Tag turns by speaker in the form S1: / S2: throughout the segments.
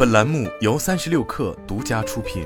S1: 本栏目由36氪独家出品。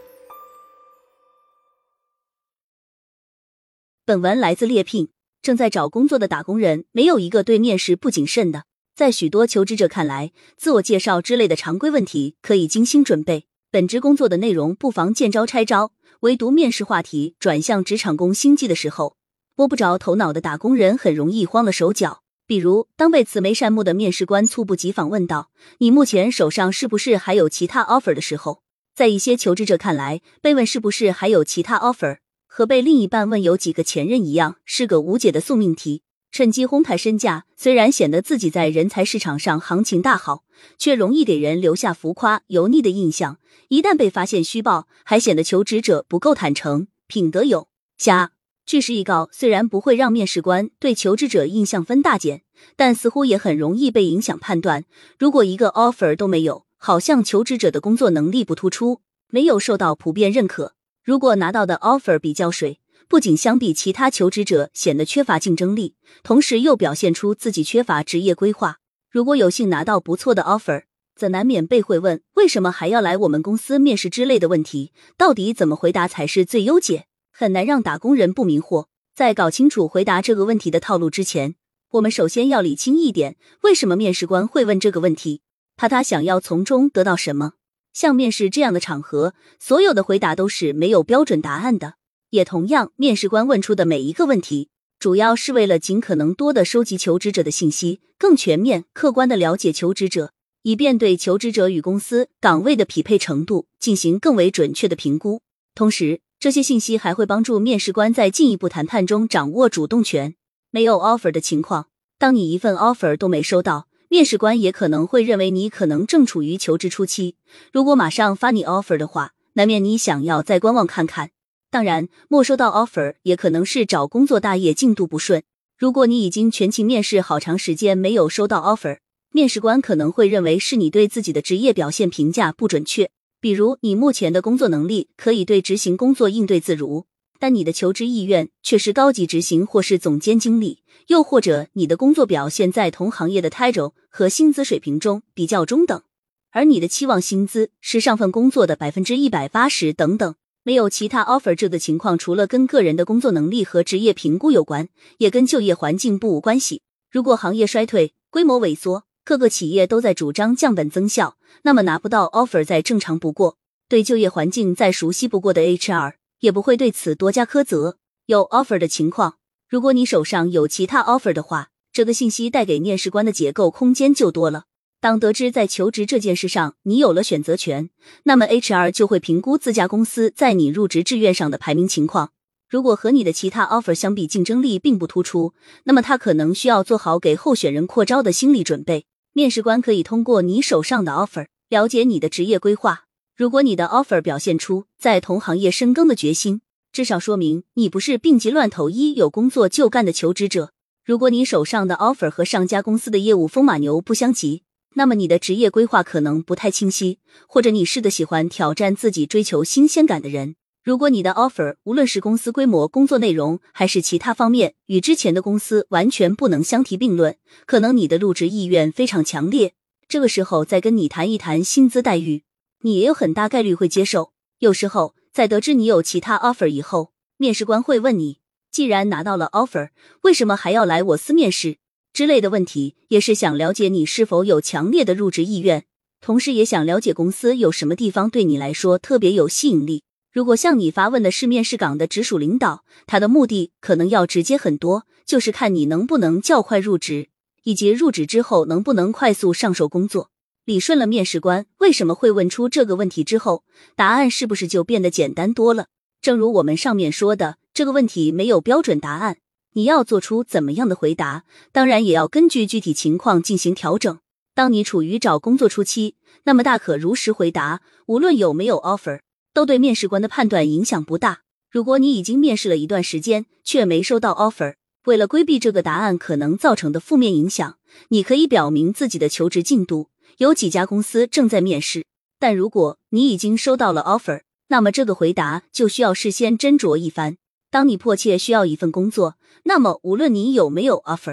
S2: 本文来自猎聘。正在找工作的打工人，没有一个对面试不谨慎的。在许多求职者看来，自我介绍之类的常规问题可以精心准备，本职工作的内容不妨见招拆招，唯独面试话题转向职场工心计的时候，摸不着头脑的打工人很容易慌了手脚。比如，当被慈眉善目的面试官猝不及防问到你目前手上是不是还有其他 offer 的时候，在一些求职者看来，被问是不是还有其他 offer和被另一半问有几个前任一样，是个无解的宿命题。趁机哄抬身价，虽然显得自己在人才市场上行情大好，却容易给人留下浮夸油腻的印象。一旦被发现虚报，还显得求职者不够坦诚，品德有瑕。据实以告，虽然不会让面试官对求职者印象分大减，但似乎也很容易被影响判断。如果一个 offer 都没有，好像求职者的工作能力不突出，没有受到普遍认可。如果拿到的 offer 比较水，不仅相比其他求职者显得缺乏竞争力，同时又表现出自己缺乏职业规划。如果有幸拿到不错的 offer， 则难免被会问为什么还要来我们公司面试之类的问题，到底怎么回答才是最优解？很难让打工人不迷惑。在搞清楚回答这个问题的套路之前，我们首先要理清一点，为什么面试官会问这个问题，他想要从中得到什么。像面试这样的场合，所有的回答都是没有标准答案的。也同样，面试官问出的每一个问题，主要是为了尽可能多的收集求职者的信息，更全面、客观的了解求职者，以便对求职者与公司岗位的匹配程度进行更为准确的评估。同时，这些信息还会帮助面试官在进一步谈判中掌握主动权。没有 offer 的情况，当你一份 offer 都没收到，面试官也可能会认为你可能正处于求职初期。如果马上发你 offer 的话，难免你想要再观望看看。当然，没收到 offer 也可能是找工作大业进度不顺。如果你已经全勤面试好长时间没有收到 offer， 面试官可能会认为是你对自己的职业表现评价不准确。比如，你目前的工作能力可以对执行工作应对自如，但你的求职意愿却是高级执行或是总监经理，又或者你的工作表现在同行业的 title 和薪资水平中比较中等，而你的期望薪资是上份工作的 180% 等等。没有其他 offer 这个情况，除了跟个人的工作能力和职业评估有关，也跟就业环境不无关系。如果行业衰退、规模萎缩，各个企业都在主张降本增效，那么拿不到 offer 再正常不过。对就业环境再熟悉不过的 HR 也不会对此多加苛责。有 offer 的情况，如果你手上有其他 offer 的话，这个信息带给面试官的结构空间就多了。当得知在求职这件事上你有了选择权，那么 HR 就会评估自家公司在你入职志愿上的排名情况。如果和你的其他 offer 相比竞争力并不突出，那么他可能需要做好给候选人扩招的心理准备。面试官可以通过你手上的 offer 了解你的职业规划。如果你的 offer 表现出在同行业深耕的决心，至少说明你不是病急乱投医有工作就干的求职者。如果你手上的 offer 和上家公司的业务风马牛不相及，那么你的职业规划可能不太清晰，或者你是个喜欢挑战自己追求新鲜感的人。如果你的 offer 无论是公司规模、工作内容还是其他方面与之前的公司完全不能相提并论，可能你的入职意愿非常强烈，这个时候再跟你谈一谈薪资待遇，你也有很大概率会接受。有时候在得知你有其他 offer 以后，面试官会问你，既然拿到了 offer， 为什么还要来我司面试之类的问题，也是想了解你是否有强烈的入职意愿，同时也想了解公司有什么地方对你来说特别有吸引力。如果向你发问的是面试岗的直属领导，他的目的可能要直接很多，就是看你能不能较快入职，以及入职之后能不能快速上手工作。理顺了面试官为什么会问出这个问题之后，答案是不是就变得简单多了？正如我们上面说的，这个问题没有标准答案，你要做出怎么样的回答，当然也要根据具体情况进行调整。当你处于找工作初期，那么大可如实回答，无论有没有 offer，都对面试官的判断影响不大。如果你已经面试了一段时间，却没收到 offer， 为了规避这个答案可能造成的负面影响，你可以表明自己的求职进度，有几家公司正在面试。但如果你已经收到了 offer， 那么这个回答就需要事先斟酌一番。当你迫切需要一份工作，那么无论你有没有 offer，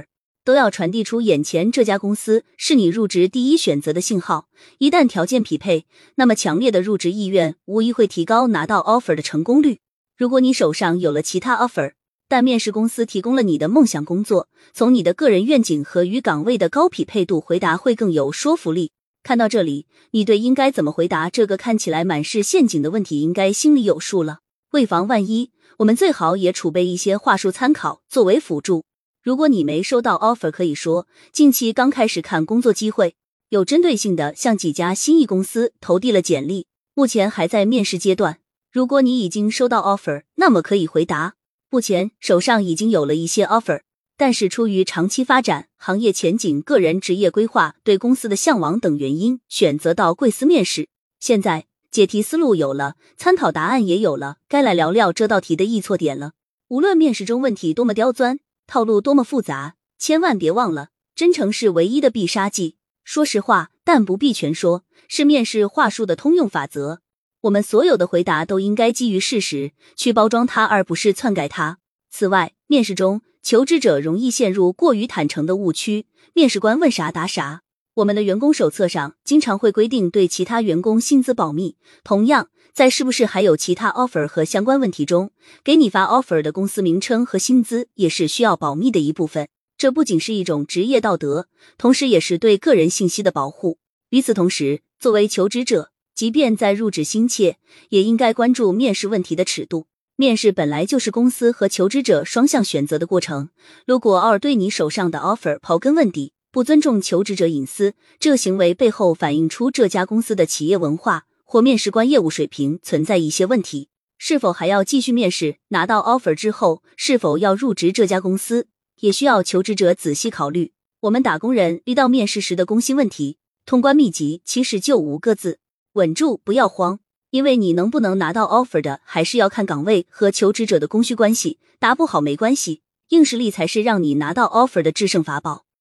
S2: 都要传递出眼前这家公司是你入职第一选择的信号。一旦条件匹配，那么强烈的入职意愿无疑会提高拿到 offer 的成功率。如果你手上有了其他 offer， 但面试公司提供了你的梦想工作，从你的个人愿景和与岗位的高匹配度回答会更有说服力。看到这里，你对应该怎么回答这个看起来满是陷阱的问题应该心里有数了。为防万一，我们最好也储备一些话术参考作为辅助。如果你没收到 offer， 可以说近期刚开始看工作机会，有针对性的向几家新意公司投递了简历，目前还在面试阶段。如果你已经收到 offer， 那么可以回答目前手上已经有了一些 offer， 但是出于长期发展、行业前景、个人职业规划、对公司的向往等原因，选择到贵司面试。现在解题思路有了，参考答案也有了，该来聊聊这道题的易错点了。无论面试中问题多么刁钻，套路多么复杂，千万别忘了，真诚是唯一的必杀技。说实话，但不必全说，是面试话术的通用法则。我们所有的回答都应该基于事实，去包装它，而不是篡改它。此外，面试中，求职者容易陷入过于坦诚的误区，面试官问啥答啥。我们的员工手册上经常会规定对其他员工薪资保密，同样，在是不是还有其他 offer 和相关问题中，给你发 offer 的公司名称和薪资也是需要保密的一部分。这不仅是一种职业道德，同时也是对个人信息的保护。与此同时，作为求职者，即便在入职心切，也应该关注面试问题的尺度。面试本来就是公司和求职者双向选择的过程，如果偶尔对你手上的 offer 刨根问底，不尊重求职者隐私，这行为背后反映出这家公司的企业文化或面试官业务水平存在一些问题。是否还要继续面试？拿到 offer 之后，是否要入职这家公司，也需要求职者仔细考虑。我们打工人遇到面试时的攻心问题，通关秘籍其实就5个字：稳住，不要慌。因为你能不能拿到 offer 的，还是要看岗位和求职者的供需关系，答不好没关系，硬实力才是让你拿到 offer 的制胜法宝。